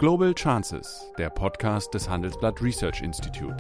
Global Chances, der Podcast des Handelsblatt Research Institute.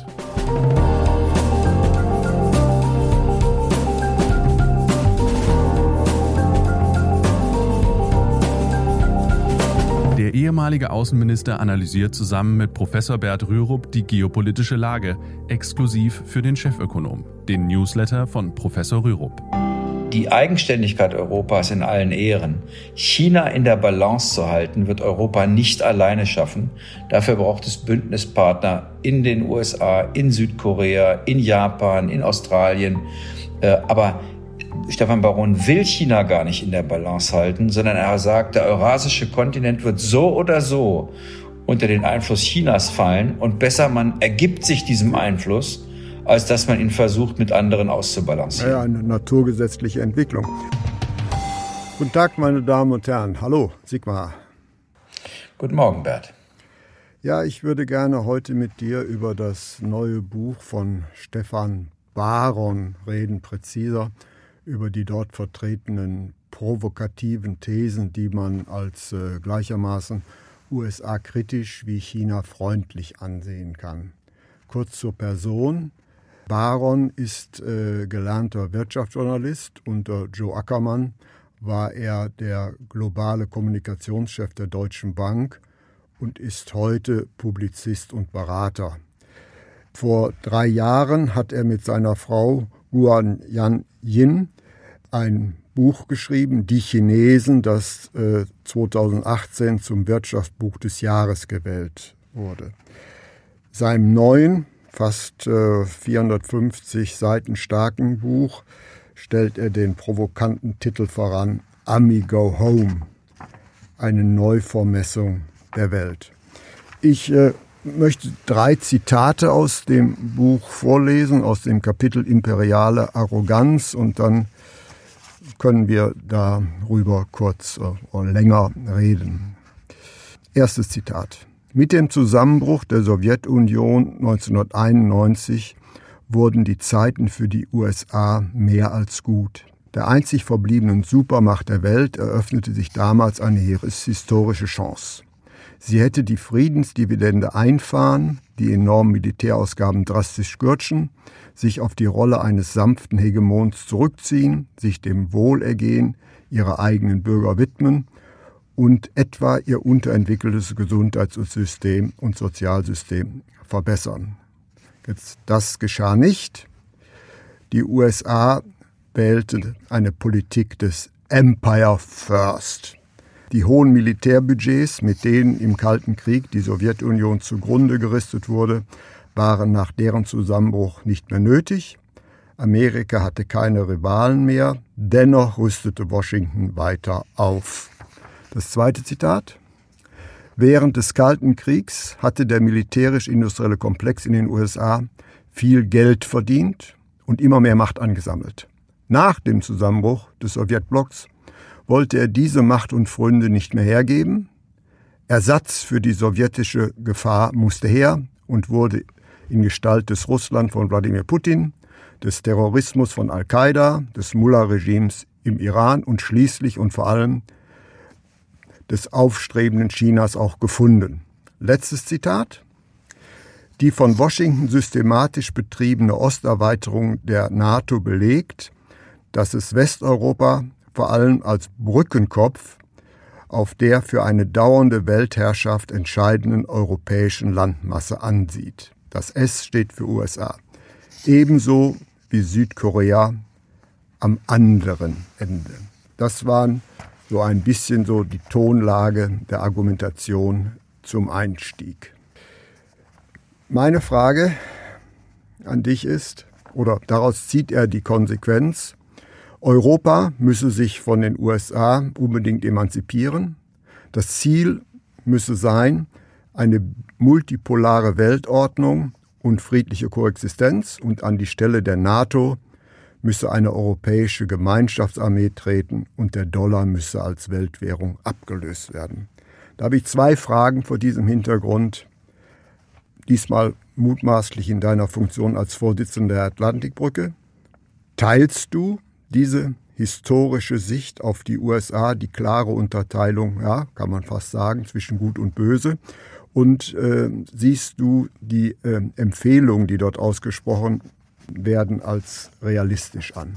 Der ehemalige Außenminister analysiert zusammen mit Professor Bert Rürup die geopolitische Lage, exklusiv für den Chefökonom, den Newsletter von Professor Rürup. Die Eigenständigkeit Europas in allen Ehren. China in der Balance zu halten, wird Europa nicht alleine schaffen. Dafür braucht es Bündnispartner in den USA, in Südkorea, in Japan, in Australien. Aber Stefan Baron will China gar nicht in der Balance halten, sondern er sagt, der eurasische Kontinent wird so oder so unter den Einfluss Chinas fallen und besser man ergibt sich diesem Einfluss, als dass man ihn versucht, mit anderen auszubalancieren. Ja, eine naturgesetzliche Entwicklung. Guten Tag, meine Damen und Herren. Hallo, Sigmar. Guten Morgen, Bert. Ja, ich würde gerne heute mit dir über das neue Buch von Stefan Baron reden, präziser über die dort vertretenen provokativen Thesen, die man als gleichermaßen USA-kritisch wie China-freundlich ansehen kann. Kurz zur Person. Baron ist gelernter Wirtschaftsjournalist. Unter Joe Ackermann war er der globale Kommunikationschef der Deutschen Bank und ist heute Publizist und Berater. Vor 3 Jahren hat er mit seiner Frau Guoyan Yin ein Buch geschrieben, Die Chinesen, das 2018 zum Wirtschaftsbuch des Jahres gewählt wurde. Seinem neuen, fast 450 Seiten starken Buch stellt er den provokanten Titel voran, Ami Go Home, eine Neuvermessung der Welt. Ich möchte 3 Zitate aus dem Buch vorlesen, aus dem Kapitel Imperiale Arroganz, und dann können wir darüber kurz oder länger reden. Erstes Zitat. Mit dem Zusammenbruch der Sowjetunion 1991 wurden die Zeiten für die USA mehr als gut. Der einzig verbliebenen Supermacht der Welt eröffnete sich damals eine historische Chance. Sie hätte die Friedensdividende einfahren, die enormen Militärausgaben drastisch kürzen, sich auf die Rolle eines sanften Hegemons zurückziehen, sich dem Wohlergehen ihrer eigenen Bürger widmen und etwa ihr unterentwickeltes Gesundheitssystem und Sozialsystem verbessern. Das geschah nicht. Die USA wählte eine Politik des Empire First. Die hohen Militärbudgets, mit denen im Kalten Krieg die Sowjetunion zugrunde gerichtet wurde, waren nach deren Zusammenbruch nicht mehr nötig. Amerika hatte keine Rivalen mehr, dennoch rüstete Washington weiter auf. Das zweite Zitat. Während des Kalten Kriegs hatte der militärisch-industrielle Komplex in den USA viel Geld verdient und immer mehr Macht angesammelt. Nach dem Zusammenbruch des Sowjetblocks wollte er diese Macht und Pfründe nicht mehr hergeben. Ersatz für die sowjetische Gefahr musste her und wurde in Gestalt des Russland von Wladimir Putin, des Terrorismus von Al-Qaida, des Mullah-Regimes im Iran und schließlich und vor allem des aufstrebenden Chinas auch gefunden. Letztes Zitat. Die von Washington systematisch betriebene Osterweiterung der NATO belegt, dass es Westeuropa vor allem als Brückenkopf auf der für eine dauernde Weltherrschaft entscheidenden europäischen Landmasse ansieht. Das S steht für USA. Ebenso wie Südkorea am anderen Ende. Das waren so ein bisschen so die Tonlage der Argumentation zum Einstieg. Meine Frage an dich ist, oder daraus zieht er die Konsequenz, Europa müsse sich von den USA unbedingt emanzipieren. Das Ziel müsse sein, eine multipolare Weltordnung und friedliche Koexistenz, und an die Stelle der NATO müsse eine europäische Gemeinschaftsarmee treten und der Dollar müsse als Weltwährung abgelöst werden. Da habe ich 2 Fragen vor diesem Hintergrund, diesmal mutmaßlich in deiner Funktion als Vorsitzender der Atlantikbrücke. Teilst du diese historische Sicht auf die USA, die klare Unterteilung, ja, kann man fast sagen, zwischen Gut und Böse? Und siehst du die Empfehlungen, die dort ausgesprochen werden, als realistisch an?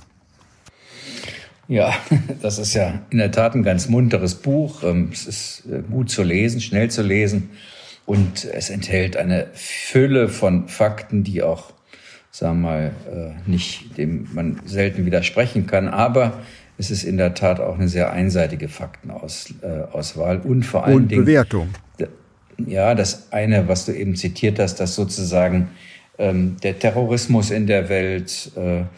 Ja, das ist ja in der Tat ein ganz munteres Buch. Es ist gut zu lesen, schnell zu lesen und es enthält eine Fülle von Fakten, die auch, sagen wir mal, dem man selten widersprechen kann. Aber es ist in der Tat auch eine sehr einseitige Faktenauswahl und vor allen Dingen Bewertung. Ja, das eine, was du eben zitiert hast, dass sozusagen der Terrorismus in der Welt,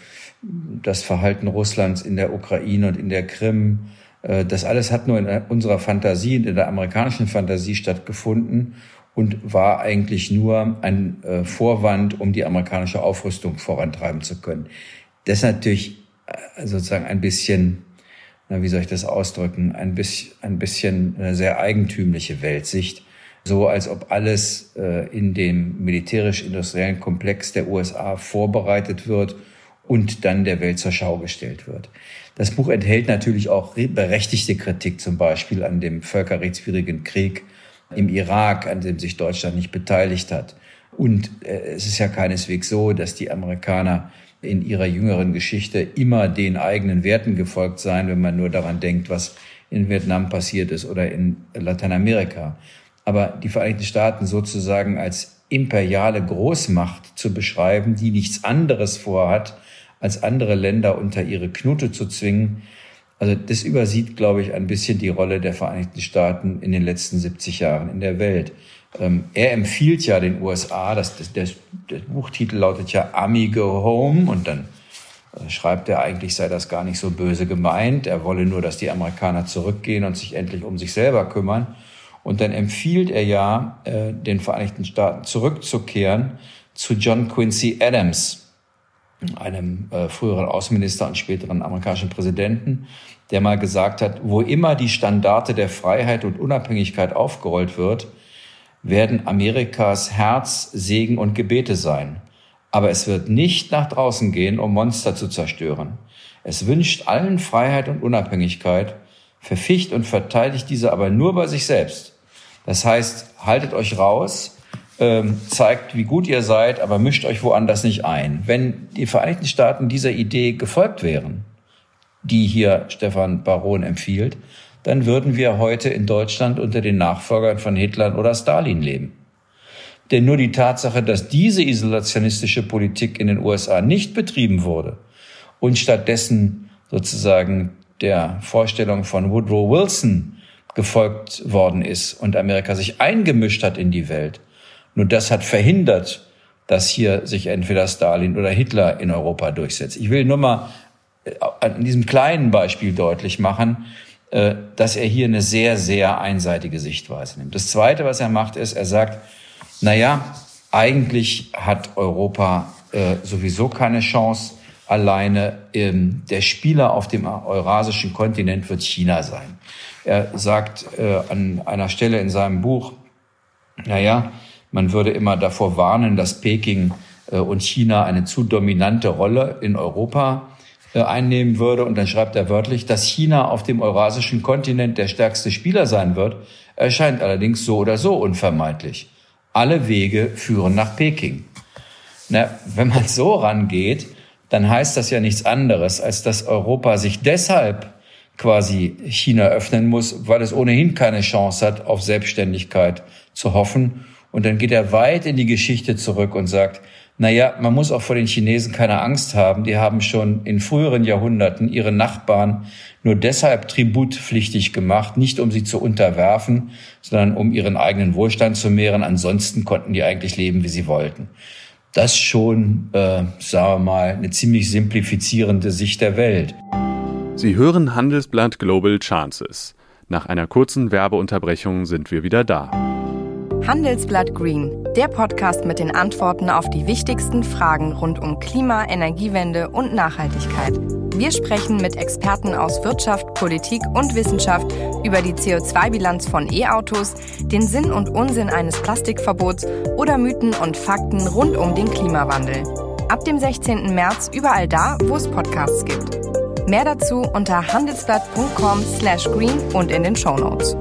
das Verhalten Russlands in der Ukraine und in der Krim, das alles hat nur in unserer Fantasie, in der amerikanischen Fantasie stattgefunden und war eigentlich nur ein Vorwand, um die amerikanische Aufrüstung vorantreiben zu können. Das ist natürlich sozusagen ein bisschen, wie soll ich das ausdrücken, ein bisschen eine sehr eigentümliche Weltsicht. So als ob alles in dem militärisch-industriellen Komplex der USA vorbereitet wird und dann der Welt zur Schau gestellt wird. Das Buch enthält natürlich auch berechtigte Kritik, zum Beispiel an dem völkerrechtswidrigen Krieg im Irak, an dem sich Deutschland nicht beteiligt hat. Und es ist ja keineswegs so, dass die Amerikaner in ihrer jüngeren Geschichte immer den eigenen Werten gefolgt seien, wenn man nur daran denkt, was in Vietnam passiert ist oder in Lateinamerika. Aber die Vereinigten Staaten sozusagen als imperiale Großmacht zu beschreiben, die nichts anderes vorhat, als andere Länder unter ihre Knute zu zwingen, also das übersieht, glaube ich, ein bisschen die Rolle der Vereinigten Staaten in den letzten 70 Jahren in der Welt. Er empfiehlt ja den USA, der Buchtitel lautet ja Army Go Home und dann schreibt er, eigentlich sei das gar nicht so böse gemeint, er wolle nur, dass die Amerikaner zurückgehen und sich endlich um sich selber kümmern. Und dann empfiehlt er ja, den Vereinigten Staaten zurückzukehren zu John Quincy Adams, einem früheren Außenminister und späteren amerikanischen Präsidenten, der mal gesagt hat, wo immer die Standarte der Freiheit und Unabhängigkeit aufgerollt wird, werden Amerikas Herz, Segen und Gebete sein. Aber es wird nicht nach draußen gehen, um Monster zu zerstören. Es wünscht allen Freiheit und Unabhängigkeit, verficht und verteidigt diese aber nur bei sich selbst. Das heißt, haltet euch raus, zeigt, wie gut ihr seid, aber mischt euch woanders nicht ein. Wenn die Vereinigten Staaten dieser Idee gefolgt wären, die hier Stefan Baron empfiehlt, dann würden wir heute in Deutschland unter den Nachfolgern von Hitler oder Stalin leben. Denn nur die Tatsache, dass diese isolationistische Politik in den USA nicht betrieben wurde und stattdessen sozusagen der Vorstellung von Woodrow Wilson gefolgt worden ist und Amerika sich eingemischt hat in die Welt, nur das hat verhindert, dass hier sich entweder Stalin oder Hitler in Europa durchsetzt. Ich will nur mal an diesem kleinen Beispiel deutlich machen, dass er hier eine sehr, sehr einseitige Sichtweise nimmt. Das Zweite, was er macht, ist, er sagt, eigentlich hat Europa sowieso keine Chance alleine. Der Spieler auf dem eurasischen Kontinent wird China sein. Er sagt an einer Stelle in seinem Buch, man würde immer davor warnen, dass Peking und China eine zu dominante Rolle in Europa einnehmen würde. Und dann schreibt er wörtlich, dass China auf dem eurasischen Kontinent der stärkste Spieler sein wird, erscheint allerdings so oder so unvermeidlich. Alle Wege führen nach Peking. Wenn man so rangeht, dann heißt das ja nichts anderes, als dass Europa sich deshalb quasi China öffnen muss, weil es ohnehin keine Chance hat, auf Selbstständigkeit zu hoffen. Und dann geht er weit in die Geschichte zurück und sagt, man muss auch vor den Chinesen keine Angst haben. Die haben schon in früheren Jahrhunderten ihre Nachbarn nur deshalb tributpflichtig gemacht, nicht um sie zu unterwerfen, sondern um ihren eigenen Wohlstand zu mehren. Ansonsten konnten die eigentlich leben, wie sie wollten. Das schon, sagen wir mal, eine ziemlich simplifizierende Sicht der Welt. Sie hören Handelsblatt Global Chances. Nach einer kurzen Werbeunterbrechung sind wir wieder da. Handelsblatt Green, der Podcast mit den Antworten auf die wichtigsten Fragen rund um Klima, Energiewende und Nachhaltigkeit. Wir sprechen mit Experten aus Wirtschaft, Politik und Wissenschaft über die CO2-Bilanz von E-Autos, den Sinn und Unsinn eines Plastikverbots oder Mythen und Fakten rund um den Klimawandel. Ab dem 16. März überall da, wo es Podcasts gibt. Mehr dazu unter handelsblatt.com/green und in den Shownotes.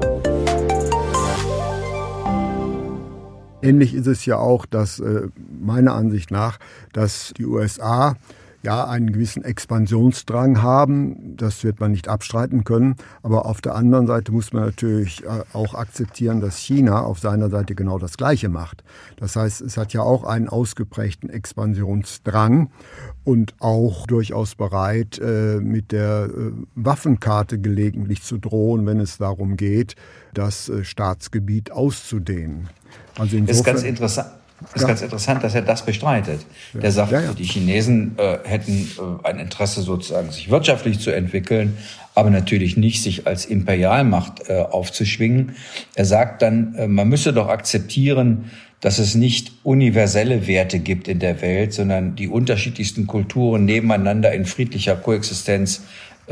Ähnlich ist es ja auch, dass meiner Ansicht nach, dass die USA ja einen gewissen Expansionsdrang haben. Das wird man nicht abstreiten können. Aber auf der anderen Seite muss man natürlich auch akzeptieren, dass China auf seiner Seite genau das Gleiche macht. Das heißt, es hat ja auch einen ausgeprägten Expansionsdrang und auch durchaus bereit, mit der Waffenkarte gelegentlich zu drohen, wenn es darum geht, das Staatsgebiet auszudehnen. Also insofern, ist ganz interessant. Es ist ganz interessant, dass er das bestreitet. Ja. Der sagt, Ja. Die Chinesen hätten ein Interesse sozusagen, sich wirtschaftlich zu entwickeln, aber natürlich nicht, sich als Imperialmacht aufzuschwingen. Er sagt dann, man müsse doch akzeptieren, dass es nicht universelle Werte gibt in der Welt, sondern die unterschiedlichsten Kulturen nebeneinander in friedlicher Koexistenz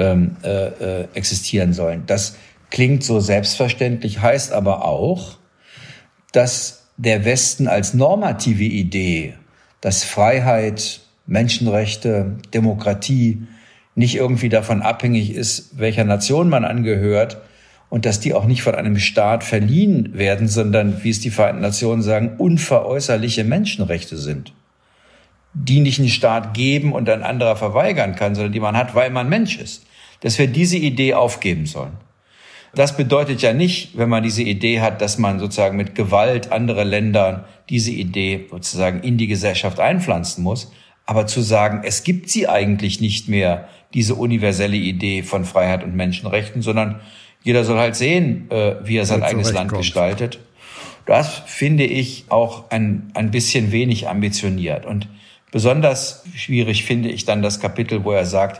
existieren sollen. Das klingt so selbstverständlich, heißt aber auch, dass der Westen als normative Idee, dass Freiheit, Menschenrechte, Demokratie nicht irgendwie davon abhängig ist, welcher Nation man angehört und dass die auch nicht von einem Staat verliehen werden, sondern, wie es die Vereinten Nationen sagen, unveräußerliche Menschenrechte sind, die nicht ein Staat geben und ein anderer verweigern kann, sondern die man hat, weil man Mensch ist, dass wir diese Idee aufgeben sollen. Das bedeutet ja nicht, wenn man diese Idee hat, dass man sozusagen mit Gewalt andere Länder diese Idee sozusagen in die Gesellschaft einpflanzen muss. Aber zu sagen, es gibt sie eigentlich nicht mehr, diese universelle Idee von Freiheit und Menschenrechten, sondern jeder soll halt sehen, wie er sein eigenes Land gestaltet. Das finde ich auch ein bisschen wenig ambitioniert. Und besonders schwierig finde ich dann das Kapitel, wo er sagt,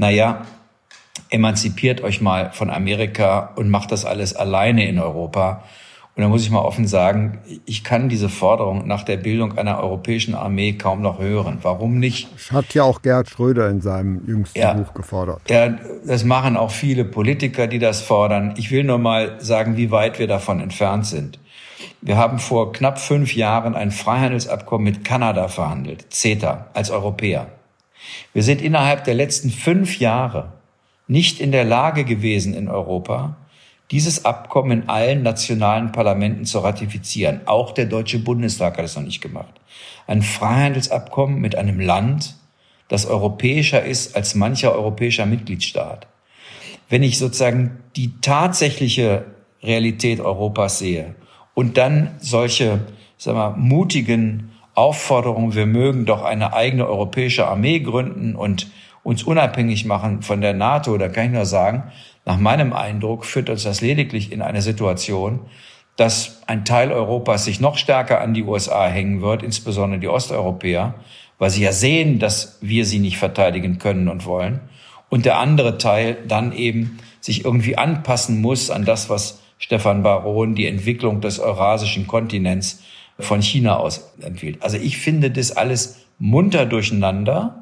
emanzipiert euch mal von Amerika und macht das alles alleine in Europa. Und da muss ich mal offen sagen, ich kann diese Forderung nach der Bildung einer europäischen Armee kaum noch hören. Warum nicht? Das hat ja auch Gerhard Schröder in seinem jüngsten Buch gefordert. Ja, das machen auch viele Politiker, die das fordern. Ich will nur mal sagen, wie weit wir davon entfernt sind. Wir haben vor knapp 5 Jahren ein Freihandelsabkommen mit Kanada verhandelt, CETA, als Europäer. Wir sind innerhalb der letzten 5 Jahre nicht in der Lage gewesen in Europa, dieses Abkommen in allen nationalen Parlamenten zu ratifizieren. Auch der Deutsche Bundestag hat es noch nicht gemacht. Ein Freihandelsabkommen mit einem Land, das europäischer ist als mancher europäischer Mitgliedstaat. Wenn ich sozusagen die tatsächliche Realität Europas sehe und dann solche, mutigen Aufforderungen, wir mögen doch eine eigene europäische Armee gründen und uns unabhängig machen von der NATO, da kann ich nur sagen, nach meinem Eindruck führt uns das lediglich in eine Situation, dass ein Teil Europas sich noch stärker an die USA hängen wird, insbesondere die Osteuropäer, weil sie ja sehen, dass wir sie nicht verteidigen können und wollen. Und der andere Teil dann eben sich irgendwie anpassen muss an das, was Stefan Baron die Entwicklung des eurasischen Kontinents von China aus empfiehlt. Also ich finde das alles munter durcheinander.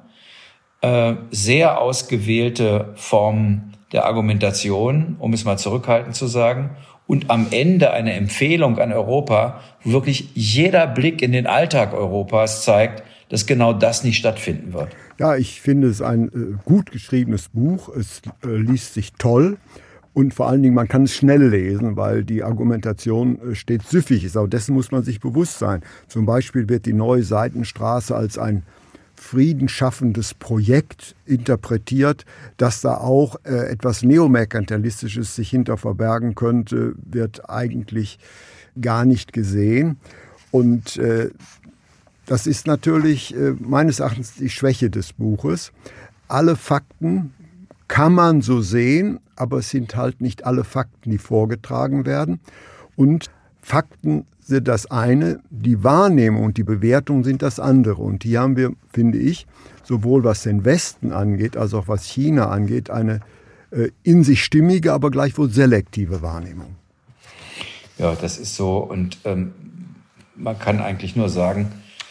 Sehr ausgewählte Formen der Argumentation, um es mal zurückhaltend zu sagen, und am Ende eine Empfehlung an Europa, wo wirklich jeder Blick in den Alltag Europas zeigt, dass genau das nicht stattfinden wird. Ja, ich finde es ein gut geschriebenes Buch. Es liest sich toll und vor allen Dingen, man kann es schnell lesen, weil die Argumentation stets süffig ist. Aber dessen muss man sich bewusst sein. Zum Beispiel wird die neue Seidenstraße als ein friedensschaffendes Projekt interpretiert, dass da auch etwas Neomerkantilistisches sich hinter verbergen könnte, wird eigentlich gar nicht gesehen. Und das ist natürlich meines Erachtens die Schwäche des Buches. Alle Fakten kann man so sehen, aber es sind halt nicht alle Fakten, die vorgetragen werden. Und Fakten sind das eine, die Wahrnehmung und die Bewertung sind das andere. Und hier haben wir, finde ich, sowohl was den Westen angeht, als auch was China angeht, eine in sich stimmige, aber gleichwohl selektive Wahrnehmung. Ja, das ist so. Und man kann eigentlich nur sagen,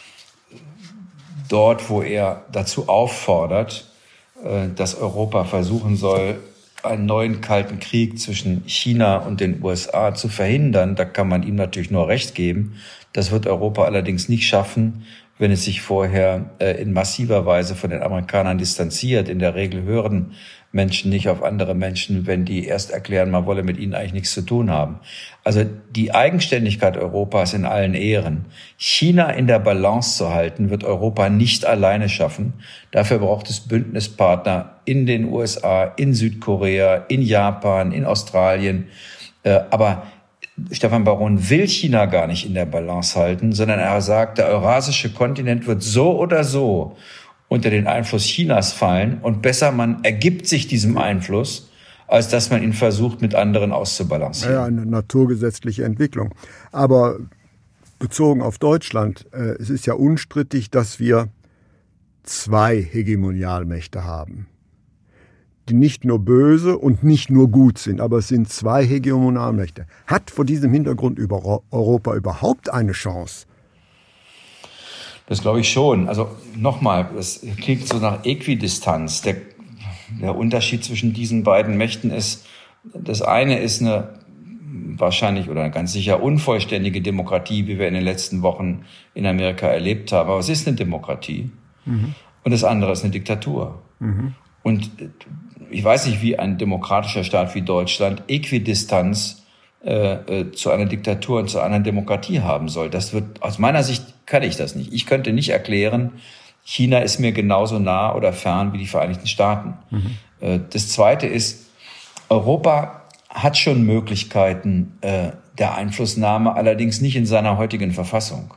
dort, wo er dazu auffordert, dass Europa versuchen soll, einen neuen Kalten Krieg zwischen China und den USA zu verhindern, da kann man ihm natürlich nur recht geben. Das wird Europa allerdings nicht schaffen, wenn es sich vorher in massiver Weise von den Amerikanern distanziert. In der Regel hören Menschen nicht auf andere Menschen, wenn die erst erklären, man wolle mit ihnen eigentlich nichts zu tun haben. Also die Eigenständigkeit Europas in allen Ehren. China in der Balance zu halten, wird Europa nicht alleine schaffen. Dafür braucht es Bündnispartner in den USA, in Südkorea, in Japan, in Australien. Aber Stefan Baron will China gar nicht in der Balance halten, sondern er sagt, der eurasische Kontinent wird so oder so unter den Einfluss Chinas fallen und besser man ergibt sich diesem Einfluss, als dass man ihn versucht, mit anderen auszubalancieren. Ja, eine naturgesetzliche Entwicklung. Aber bezogen auf Deutschland, es ist ja unstrittig, dass wir 2 Hegemonialmächte haben, die nicht nur böse und nicht nur gut sind, aber es sind 2 Hegemonialmächte. Hat vor diesem Hintergrund Europa überhaupt eine Chance? Das glaube ich schon. Also nochmal, das klingt so nach Äquidistanz. Der Unterschied zwischen diesen beiden Mächten ist, das eine ist eine wahrscheinlich oder ganz sicher unvollständige Demokratie, wie wir in den letzten Wochen in Amerika erlebt haben. Aber es ist eine Demokratie. Mhm. Und das andere ist eine Diktatur. Mhm. Und ich weiß nicht, wie ein demokratischer Staat wie Deutschland Äquidistanz zu einer Diktatur und zu einer Demokratie haben soll. Das wird, aus meiner Sicht kann ich das nicht. Ich könnte nicht erklären, China ist mir genauso nah oder fern wie die Vereinigten Staaten. Mhm. Das Zweite ist, Europa hat schon Möglichkeiten der Einflussnahme, allerdings nicht in seiner heutigen Verfassung.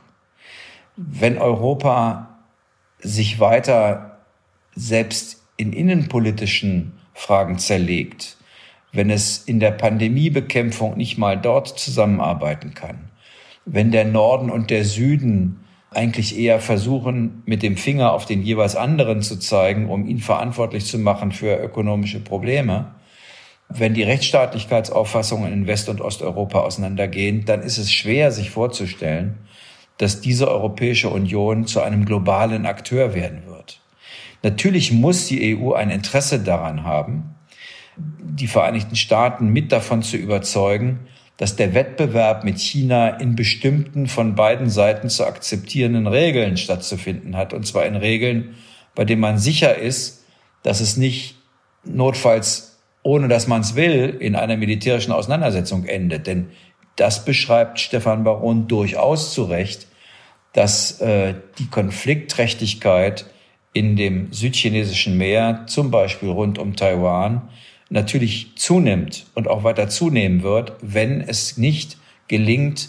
Wenn Europa sich weiter selbst in innenpolitischen Fragen zerlegt, wenn es in der Pandemiebekämpfung nicht mal dort zusammenarbeiten kann, wenn der Norden und der Süden eigentlich eher versuchen, mit dem Finger auf den jeweils anderen zu zeigen, um ihn verantwortlich zu machen für ökonomische Probleme, wenn die Rechtsstaatlichkeitsauffassungen in West- und Osteuropa auseinandergehen, dann ist es schwer, sich vorzustellen, dass diese Europäische Union zu einem globalen Akteur werden wird. Natürlich muss die EU ein Interesse daran haben, die Vereinigten Staaten mit davon zu überzeugen, dass der Wettbewerb mit China in bestimmten von beiden Seiten zu akzeptierenden Regeln stattzufinden hat. Und zwar in Regeln, bei denen man sicher ist, dass es nicht notfalls, ohne dass man es will, in einer militärischen Auseinandersetzung endet. Denn das beschreibt Stefan Baron durchaus zu Recht, dass die Konfliktträchtigkeit in dem südchinesischen Meer, zum Beispiel rund um Taiwan, natürlich zunimmt und auch weiter zunehmen wird, wenn es nicht gelingt,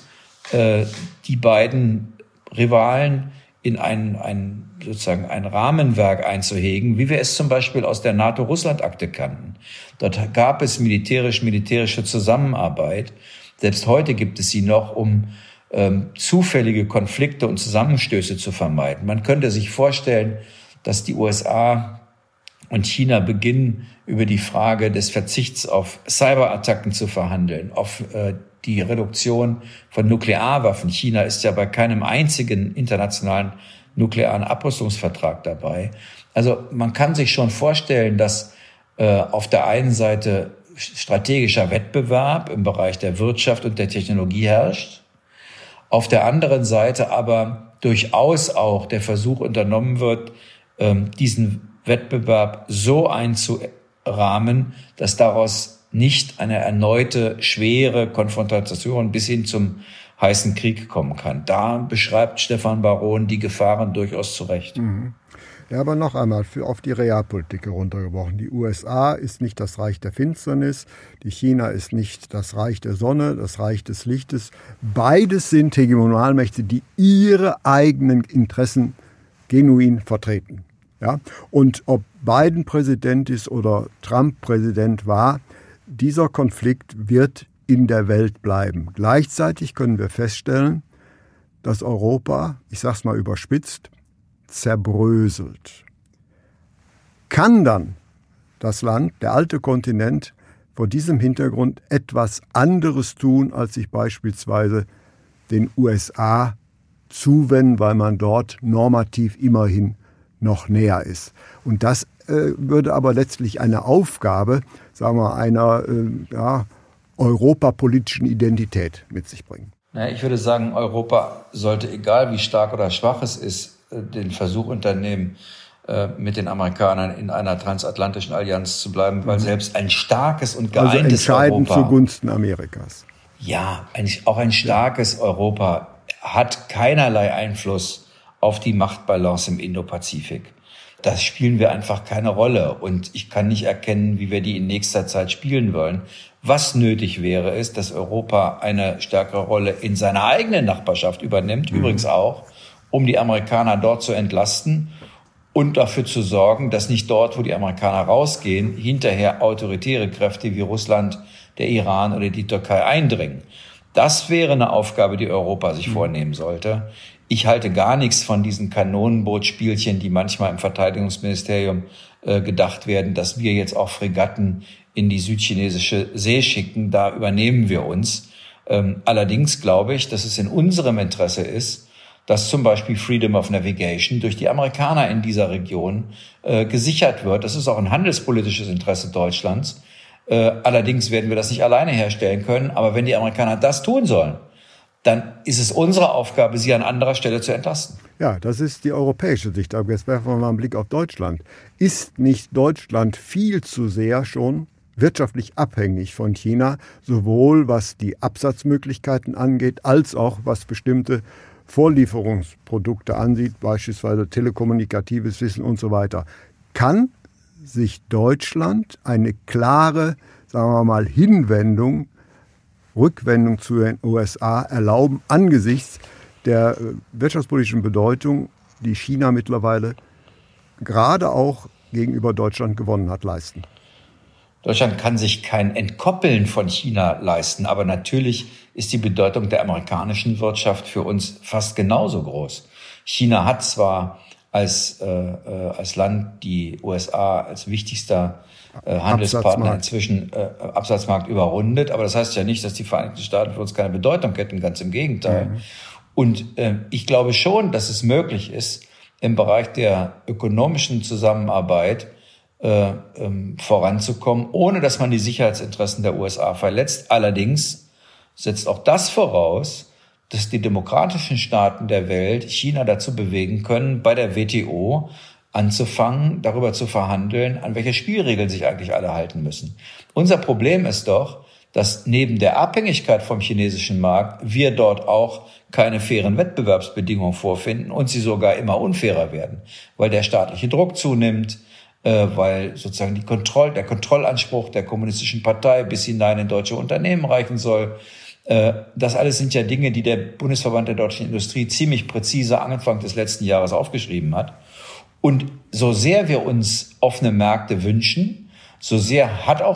die beiden Rivalen in ein Rahmenwerk einzuhegen, wie wir es zum Beispiel aus der NATO-Russland-Akte kannten. Dort gab es militärische Zusammenarbeit. Selbst heute gibt es sie noch, um zufällige Konflikte und Zusammenstöße zu vermeiden. Man könnte sich vorstellen, dass die USA und China beginnen, über die Frage des Verzichts auf Cyberattacken zu verhandeln, auf die Reduktion von Nuklearwaffen. China ist ja bei keinem einzigen internationalen nuklearen Abrüstungsvertrag dabei. Also man kann sich schon vorstellen, dass auf der einen Seite strategischer Wettbewerb im Bereich der Wirtschaft und der Technologie herrscht, auf der anderen Seite aber durchaus auch der Versuch unternommen wird, diesen Wettbewerb so einzurahmen, dass daraus nicht eine erneute schwere Konfrontation bis hin zum heißen Krieg kommen kann. Da beschreibt Stefan Baron die Gefahren durchaus zu Recht. Mhm. Ja, aber noch einmal auf die Realpolitik heruntergebrochen. Die USA ist nicht das Reich der Finsternis, die China ist nicht das Reich der Sonne, das Reich des Lichtes. Beides sind Hegemonialmächte, die ihre eigenen Interessen genuin vertreten. Ja? Und ob Biden Präsident ist oder Trump Präsident war, dieser Konflikt wird in der Welt bleiben. Gleichzeitig können wir feststellen, dass Europa, ich sage es mal überspitzt, zerbröselt. Kann dann das Land, der alte Kontinent, vor diesem Hintergrund etwas anderes tun, als sich beispielsweise den USA zuwenden, weil man dort normativ immerhin noch näher ist. Und das würde aber letztlich eine Aufgabe, sagen wir, einer europapolitischen Identität mit sich bringen. Ich würde sagen, Europa sollte, egal wie stark oder schwach es ist, den Versuch unternehmen, mit den Amerikanern in einer transatlantischen Allianz zu bleiben, weil selbst ein starkes und geeintes also entscheidend Europa, zugunsten Amerikas. Ja, auch ein starkes Europa hat keinerlei Einfluss auf die Machtbalance im Indopazifik. Das spielen wir einfach keine Rolle und ich kann nicht erkennen, wie wir die in nächster Zeit spielen wollen. Was nötig wäre, ist, dass Europa eine stärkere Rolle in seiner eigenen Nachbarschaft übernimmt, übrigens auch, um die Amerikaner dort zu entlasten und dafür zu sorgen, dass nicht dort, wo die Amerikaner rausgehen, hinterher autoritäre Kräfte wie Russland, der Iran oder die Türkei eindringen. Das wäre eine Aufgabe, die Europa sich vornehmen sollte. Ich halte gar nichts von diesen Kanonenbootspielchen, die manchmal im Verteidigungsministerium gedacht werden, dass wir jetzt auch Fregatten in die südchinesische See schicken. Da übernehmen wir uns. Allerdings glaube ich, dass es in unserem Interesse ist, dass zum Beispiel Freedom of Navigation durch die Amerikaner in dieser Region gesichert wird. Das ist auch ein handelspolitisches Interesse Deutschlands. Allerdings werden wir das nicht alleine herstellen können. Aber wenn die Amerikaner das tun sollen, dann ist es unsere Aufgabe, sie an anderer Stelle zu entlasten. Ja, das ist die europäische Sicht. Aber jetzt werfen wir mal einen Blick auf Deutschland. Ist nicht Deutschland viel zu sehr schon wirtschaftlich abhängig von China, sowohl was die Absatzmöglichkeiten angeht, als auch was bestimmte Vorlieferungsprodukte ansieht, beispielsweise telekommunikatives Wissen und so weiter? Kann sich Deutschland eine klare, sagen wir mal, Rückwendung zu den USA erlauben angesichts der wirtschaftspolitischen Bedeutung, die China mittlerweile gerade auch gegenüber Deutschland gewonnen hat, leisten? Deutschland kann sich kein Entkoppeln von China leisten, aber natürlich ist die Bedeutung der amerikanischen Wirtschaft für uns fast genauso groß. China hat zwar als Land die USA als wichtigster Handelspartner inzwischen Absatzmarkt überrundet, aber das heißt ja nicht, dass die Vereinigten Staaten für uns keine Bedeutung hätten, ganz im Gegenteil. Und ich glaube schon, dass es möglich ist, im Bereich der ökonomischen Zusammenarbeit voranzukommen, ohne dass man die Sicherheitsinteressen der USA verletzt. Allerdings setzt auch das voraus, dass die demokratischen Staaten der Welt China dazu bewegen können, bei der WTO anzufangen, darüber zu verhandeln, an welche Spielregeln sich eigentlich alle halten müssen. Unser Problem ist doch, dass neben der Abhängigkeit vom chinesischen Markt wir dort auch keine fairen Wettbewerbsbedingungen vorfinden und sie sogar immer unfairer werden, weil der staatliche Druck zunimmt, weil sozusagen der Kontrollanspruch der kommunistischen Partei bis hinein in deutsche Unternehmen reichen soll. Das alles sind ja Dinge, die der Bundesverband der deutschen Industrie ziemlich präzise Anfang des letzten Jahres aufgeschrieben hat. Und so sehr wir uns offene Märkte wünschen, so sehr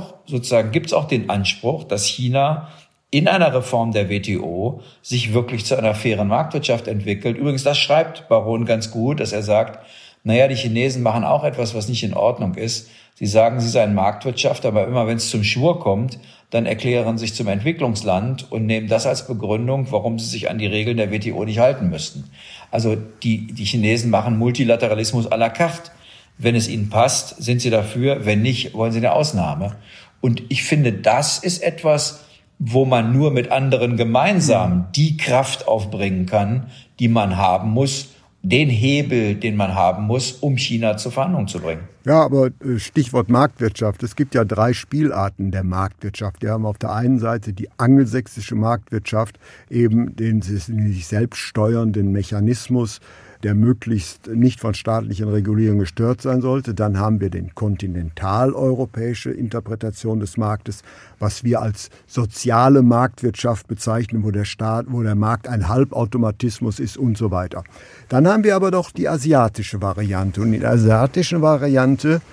gibt es auch den Anspruch, dass China in einer Reform der WTO sich wirklich zu einer fairen Marktwirtschaft entwickelt. Übrigens, das schreibt Baron ganz gut, dass er sagt, die Chinesen machen auch etwas, was nicht in Ordnung ist. Sie sagen, sie seien Marktwirtschaft, aber immer wenn es zum Schwur kommt, dann erklären sich zum Entwicklungsland und nehmen das als Begründung, warum sie sich an die Regeln der WTO nicht halten müssten. Also die Chinesen machen Multilateralismus à la carte. Wenn es ihnen passt, sind sie dafür. Wenn nicht, wollen sie eine Ausnahme. Und ich finde, das ist etwas, wo man nur mit anderen gemeinsam die Kraft aufbringen kann, die man haben muss, den Hebel, den man haben muss, um China zur Verhandlung zu bringen. Ja, aber Stichwort Marktwirtschaft. Es gibt ja 3 Spielarten der Marktwirtschaft. Wir haben auf der einen Seite die angelsächsische Marktwirtschaft, eben den sich selbst steuernden Mechanismus, der möglichst nicht von staatlichen Regulierungen gestört sein sollte. Dann haben wir den kontinentaleuropäische Interpretation des Marktes, was wir als soziale Marktwirtschaft bezeichnen, wo der Markt ein Halbautomatismus ist und so weiter. Dann haben wir aber doch die asiatische Variante. Und in der asiatischen Variante,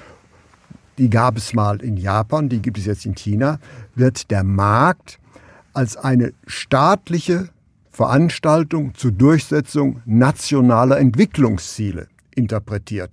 die gab es mal in Japan, die gibt es jetzt in China, wird der Markt als eine staatliche Veranstaltung zur Durchsetzung nationaler Entwicklungsziele interpretiert.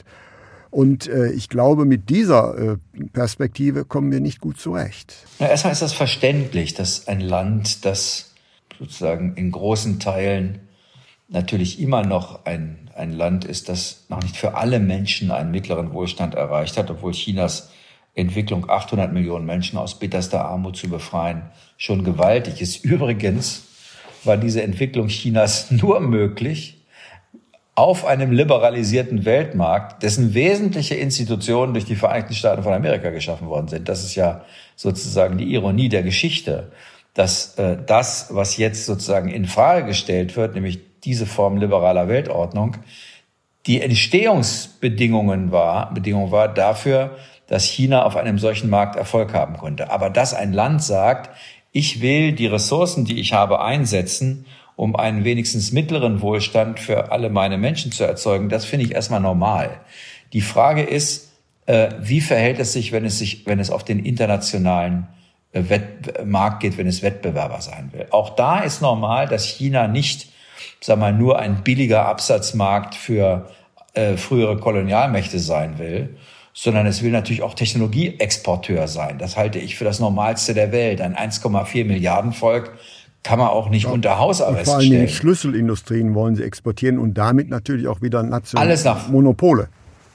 Und ich glaube, mit dieser Perspektive kommen wir nicht gut zurecht. Erstmal ist das verständlich, dass ein Land, das sozusagen in großen Teilen natürlich immer noch ein Land ist, das noch nicht für alle Menschen einen mittleren Wohlstand erreicht hat, obwohl Chinas Entwicklung 800 Millionen Menschen aus bitterster Armut zu befreien schon gewaltig ist. Übrigens war diese Entwicklung Chinas nur möglich auf einem liberalisierten Weltmarkt, dessen wesentliche Institutionen durch die Vereinigten Staaten von Amerika geschaffen worden sind. Das ist ja sozusagen die Ironie der Geschichte, dass das, was jetzt sozusagen in Frage gestellt wird, nämlich diese Form liberaler Weltordnung, die Entstehungsbedingung war dafür, dass China auf einem solchen Markt Erfolg haben konnte. Aber dass ein Land sagt, ich will die Ressourcen, die ich habe, einsetzen, um einen wenigstens mittleren Wohlstand für alle meine Menschen zu erzeugen, das finde ich erstmal normal. Die Frage ist, wie verhält es sich, wenn es auf den internationalen Markt geht, wenn es Wettbewerber sein will. Auch da ist normal, dass China nicht, nur ein billiger Absatzmarkt für frühere Kolonialmächte sein will, sondern es will natürlich auch Technologieexporteur sein. Das halte ich für das Normalste der Welt. Ein 1,4 Milliarden Volk kann man auch nicht unter Hausarrest stellen. Vor allen Dingen Schlüsselindustrien wollen sie exportieren und damit natürlich auch wieder nationale Monopole.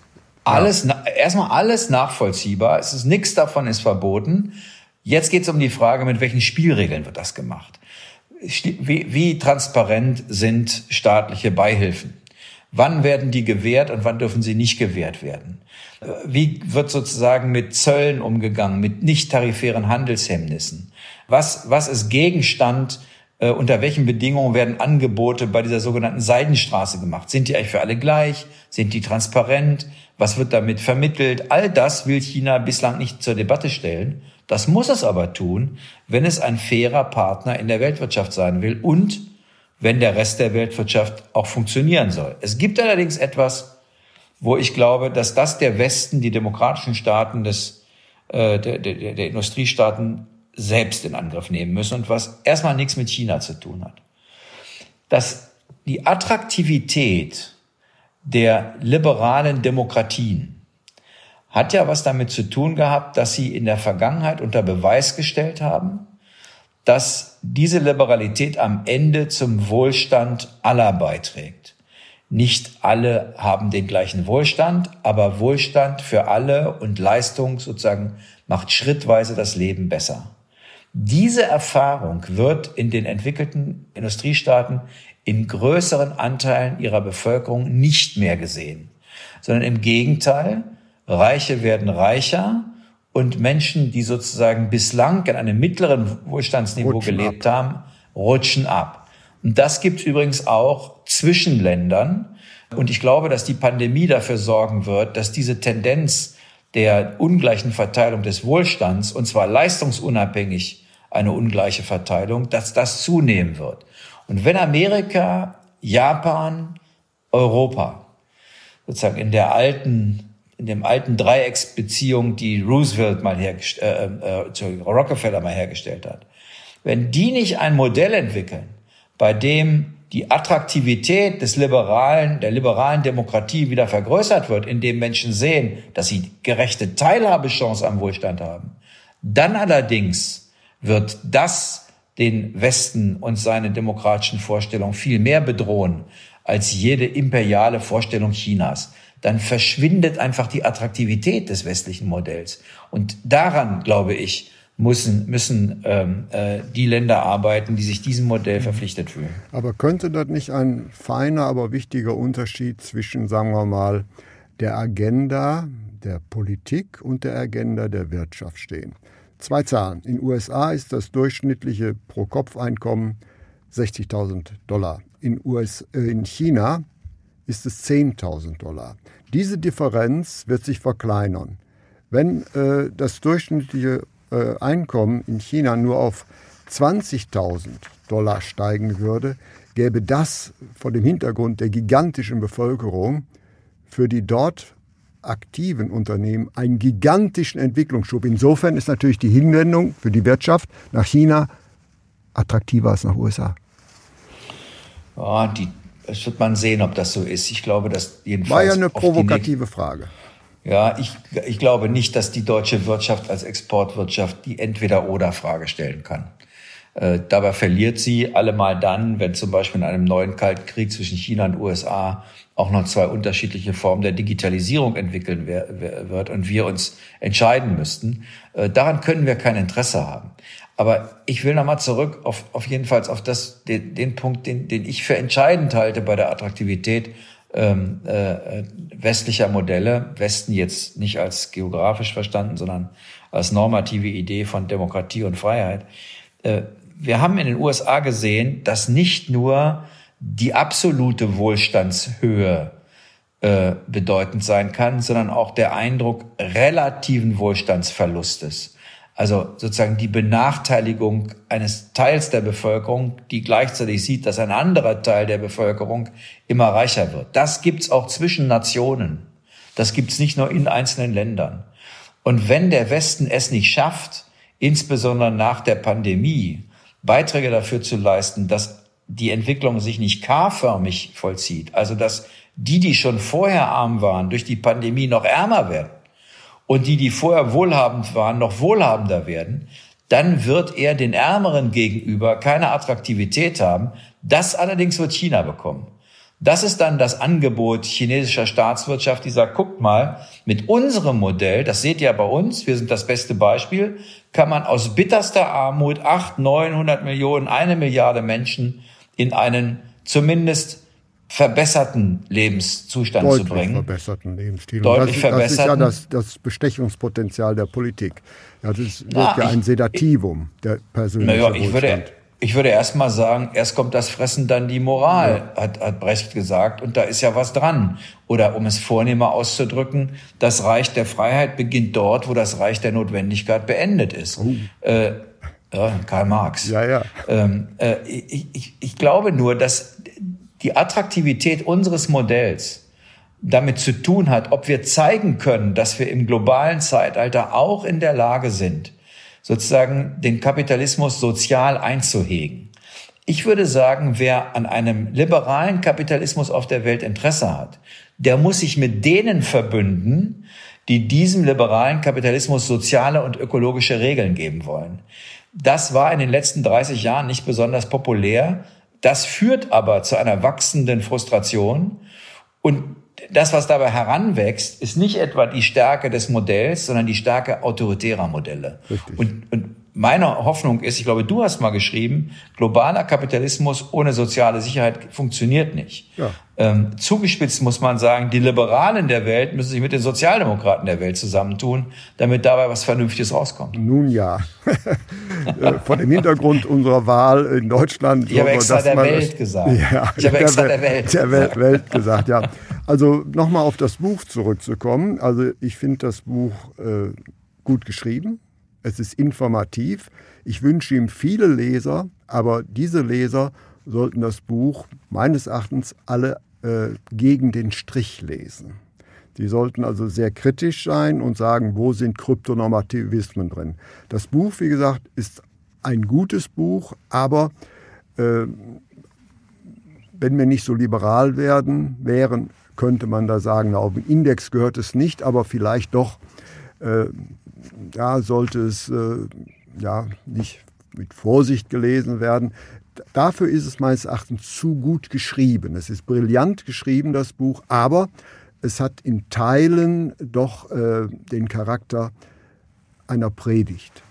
Erstmal alles nachvollziehbar. Nichts davon ist verboten. Jetzt geht es um die Frage, mit welchen Spielregeln wird das gemacht? Wie transparent sind staatliche Beihilfen? Wann werden die gewährt und wann dürfen sie nicht gewährt werden? Wie wird sozusagen mit Zöllen umgegangen, mit nicht tarifären Handelshemmnissen? Was ist Gegenstand, unter welchen Bedingungen werden Angebote bei dieser sogenannten Seidenstraße gemacht? Sind die eigentlich für alle gleich? Sind die transparent? Was wird damit vermittelt? All das will China bislang nicht zur Debatte stellen. Das muss es aber tun, wenn es ein fairer Partner in der Weltwirtschaft sein will und wenn der Rest der Weltwirtschaft auch funktionieren soll. Es gibt allerdings etwas, wo ich glaube, dass das der Westen, die demokratischen Staaten der Industriestaaten selbst in Angriff nehmen müssen und was erstmal nichts mit China zu tun hat. Dass die Attraktivität der liberalen Demokratien hat ja was damit zu tun gehabt, dass sie in der Vergangenheit unter Beweis gestellt haben, dass diese Liberalität am Ende zum Wohlstand aller beiträgt. Nicht alle haben den gleichen Wohlstand, aber Wohlstand für alle und Leistung sozusagen macht schrittweise das Leben besser. Diese Erfahrung wird in den entwickelten Industriestaaten in größeren Anteilen ihrer Bevölkerung nicht mehr gesehen, sondern im Gegenteil, Reiche werden reicher und Menschen, die sozusagen bislang in einem mittleren Wohlstandsniveau gelebt haben, rutschen ab. Und das gibt es übrigens auch zwischen Ländern. Und ich glaube, dass die Pandemie dafür sorgen wird, dass diese Tendenz der ungleichen Verteilung des Wohlstands, und zwar leistungsunabhängig eine ungleiche Verteilung, dass das zunehmen wird. Und wenn Amerika, Japan, Europa sozusagen in dem alten Dreiecksbeziehung, die Roosevelt Rockefeller mal hergestellt hat, wenn die nicht ein Modell entwickeln, bei dem die Attraktivität der liberalen Demokratie wieder vergrößert wird, indem Menschen sehen, dass sie gerechte Teilhabechance am Wohlstand haben, dann allerdings wird das den Westen und seine demokratischen Vorstellungen viel mehr bedrohen als jede imperiale Vorstellung Chinas. Dann verschwindet einfach die Attraktivität des westlichen Modells. Und daran, glaube ich, müssen die Länder arbeiten, die sich diesem Modell verpflichtet fühlen. Aber könnte das nicht ein feiner, aber wichtiger Unterschied zwischen, sagen wir mal, der Agenda der Politik und der Agenda der Wirtschaft stehen? 2 Zahlen. In den USA ist das durchschnittliche Pro-Kopf-Einkommen $60.000. In China ist es $10.000. Diese Differenz wird sich verkleinern. Wenn das durchschnittliche Einkommen in China nur auf $20.000 steigen würde, gäbe das vor dem Hintergrund der gigantischen Bevölkerung für die dort aktiven Unternehmen einen gigantischen Entwicklungsschub. Insofern ist natürlich die Hinwendung für die Wirtschaft nach China attraktiver als nach USA. Das wird man sehen, ob das so ist. Ich glaube, dass jedenfalls... War ja eine provokative Frage. Ja, ich glaube nicht, dass die deutsche Wirtschaft als Exportwirtschaft die Entweder-Oder-Frage stellen kann. Dabei verliert sie allemal dann, wenn zum Beispiel in einem neuen Kalten Krieg zwischen China und USA auch noch 2 unterschiedliche Formen der Digitalisierung entwickeln wird und wir uns entscheiden müssten. Daran können wir kein Interesse haben. Aber ich will nochmal zurück auf jedenfalls auf den Punkt, den ich für entscheidend halte bei der Attraktivität westlicher Modelle, Westen jetzt nicht als geografisch verstanden, sondern als normative Idee von Demokratie und Freiheit. Wir haben in den USA gesehen, dass nicht nur die absolute Wohlstandshöhe bedeutend sein kann, sondern auch der Eindruck relativen Wohlstandsverlustes. Also sozusagen die Benachteiligung eines Teils der Bevölkerung, die gleichzeitig sieht, dass ein anderer Teil der Bevölkerung immer reicher wird. Das gibt's auch zwischen Nationen. Das gibt's nicht nur in einzelnen Ländern. Und wenn der Westen es nicht schafft, insbesondere nach der Pandemie, Beiträge dafür zu leisten, dass die Entwicklung sich nicht K-förmig vollzieht, also dass die schon vorher arm waren, durch die Pandemie noch ärmer werden, und die vorher wohlhabend waren, noch wohlhabender werden, dann wird er den Ärmeren gegenüber keine Attraktivität haben. Das allerdings wird China bekommen. Das ist dann das Angebot chinesischer Staatswirtschaft, die sagt, guckt mal, mit unserem Modell, das seht ihr bei uns, wir sind das beste Beispiel, kann man aus bitterster Armut 800, 900 Millionen, 1 Milliarde Menschen in einen zumindest verbesserten Lebenszustand deutlich zu bringen. Verbesserten Lebensstil. Deutlich verbesserten. Das ist ja das Bestechungspotenzial der Politik. Ja, das wird ein Sedativum, der persönliche Wohlstand. Ich würde erst mal sagen, erst kommt das Fressen, dann die Moral, hat Brecht gesagt, und da ist ja was dran. Oder um es vornehmer auszudrücken, das Reich der Freiheit beginnt dort, wo das Reich der Notwendigkeit beendet ist. Karl Marx. Ja. Ich glaube nur, dass die Attraktivität unseres Modells damit zu tun hat, ob wir zeigen können, dass wir im globalen Zeitalter auch in der Lage sind, sozusagen den Kapitalismus sozial einzuhegen. Ich würde sagen, wer an einem liberalen Kapitalismus auf der Welt Interesse hat, der muss sich mit denen verbünden, die diesem liberalen Kapitalismus soziale und ökologische Regeln geben wollen. Das war in den letzten 30 Jahren nicht besonders populär. Das führt aber zu einer wachsenden Frustration. Und das, was dabei heranwächst, ist nicht etwa die Stärke des Modells, sondern die Stärke autoritärer Modelle. Und meine Hoffnung ist, ich glaube, du hast mal geschrieben, globaler Kapitalismus ohne soziale Sicherheit funktioniert nicht. Ja. Zugespitzt muss man sagen, die Liberalen der Welt müssen sich mit den Sozialdemokraten der Welt zusammentun, damit dabei was Vernünftiges rauskommt. Nun ja. Vor dem Hintergrund unserer Wahl in Deutschland. Ich habe extra der Welt gesagt. Ja, ich habe extra der Welt gesagt, ja. Also nochmal auf das Buch zurückzukommen. Also ich finde das Buch gut geschrieben. Es ist informativ. Ich wünsche ihm viele Leser, aber diese Leser sollten das Buch meines Erachtens alle gegen den Strich lesen. Die sollten also sehr kritisch sein und sagen, wo sind Kryptonormativismen drin. Das Buch, wie gesagt, ist ein gutes Buch, aber wenn wir nicht so liberal wären, könnte man da sagen, auf den Index gehört es nicht, aber vielleicht doch sollte es nicht mit Vorsicht gelesen werden. Dafür ist es meines Erachtens zu gut geschrieben. Es ist brillant geschrieben, das Buch, aber es hat in Teilen doch den Charakter einer Predigt.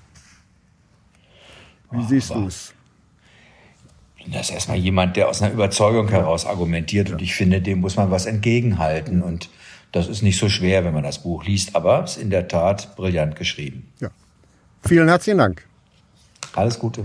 Wie siehst du es? Das ist erstmal jemand, der aus einer Überzeugung heraus argumentiert, und ich finde, dem muss man was entgegenhalten, und das ist nicht so schwer, wenn man das Buch liest, aber es ist in der Tat brillant geschrieben. Ja. Vielen herzlichen Dank. Alles Gute.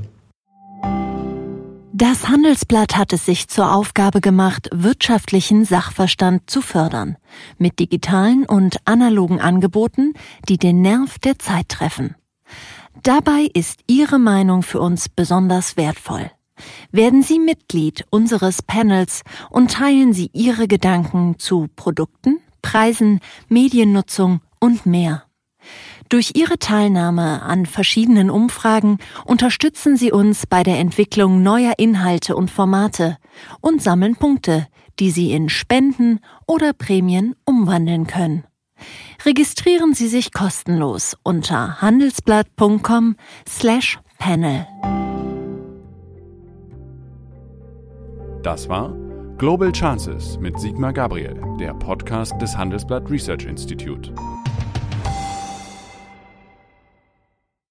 Das Handelsblatt hat es sich zur Aufgabe gemacht, wirtschaftlichen Sachverstand zu fördern, mit digitalen und analogen Angeboten, die den Nerv der Zeit treffen. Dabei ist Ihre Meinung für uns besonders wertvoll. Werden Sie Mitglied unseres Panels und teilen Sie Ihre Gedanken zu Produkten, Preisen, Mediennutzung und mehr. Durch Ihre Teilnahme an verschiedenen Umfragen unterstützen Sie uns bei der Entwicklung neuer Inhalte und Formate und sammeln Punkte, die Sie in Spenden oder Prämien umwandeln können. Registrieren Sie sich kostenlos unter handelsblatt.com/panel. Das war Global Chances mit Sigmar Gabriel, der Podcast des Handelsblatt Research Institute.